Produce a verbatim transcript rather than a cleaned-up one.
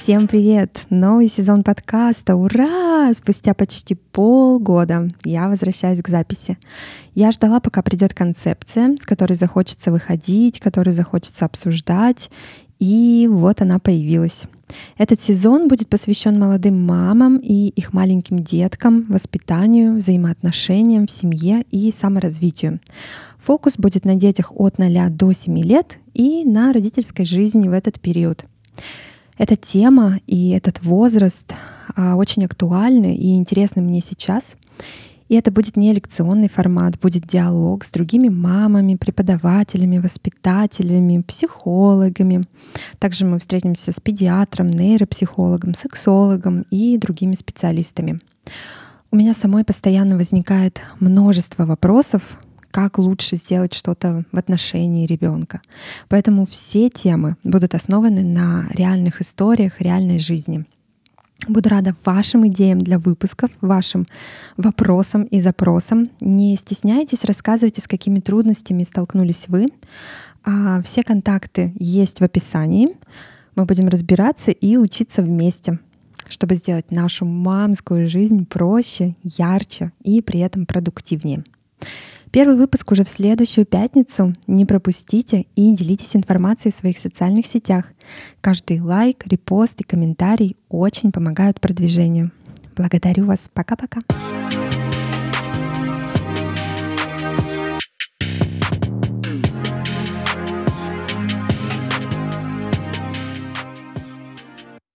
Всем привет! Новый сезон подкаста! Ура! Спустя почти полгода я возвращаюсь к записи. Я ждала, пока придет концепция, с которой захочется выходить, которую захочется обсуждать, и вот она появилась. Этот сезон будет посвящен молодым мамам и их маленьким деткам, воспитанию, взаимоотношениям в семье и саморазвитию. Фокус будет на детях от ноля до семи лет и на родительской жизни в этот период. Эта тема и этот возраст а, очень актуальны и интересны мне сейчас. И это будет не лекционный формат, будет диалог с другими мамами, преподавателями, воспитателями, психологами. Также мы встретимся с педиатром, нейропсихологом, сексологом и другими специалистами. У меня самой постоянно возникает множество вопросов, как лучше сделать что-то в отношении ребенка. Поэтому все темы будут основаны на реальных историях, реальной жизни. Буду рада вашим идеям для выпусков, вашим вопросам и запросам. Не стесняйтесь, рассказывайте, с какими трудностями столкнулись вы. А все контакты есть в описании. Мы будем разбираться и учиться вместе, чтобы сделать нашу мамскую жизнь проще, ярче и при этом продуктивнее. Первый выпуск уже в следующую пятницу. Не пропустите и делитесь информацией в своих социальных сетях. Каждый лайк, репост и комментарий очень помогают продвижению. Благодарю вас. Пока-пока.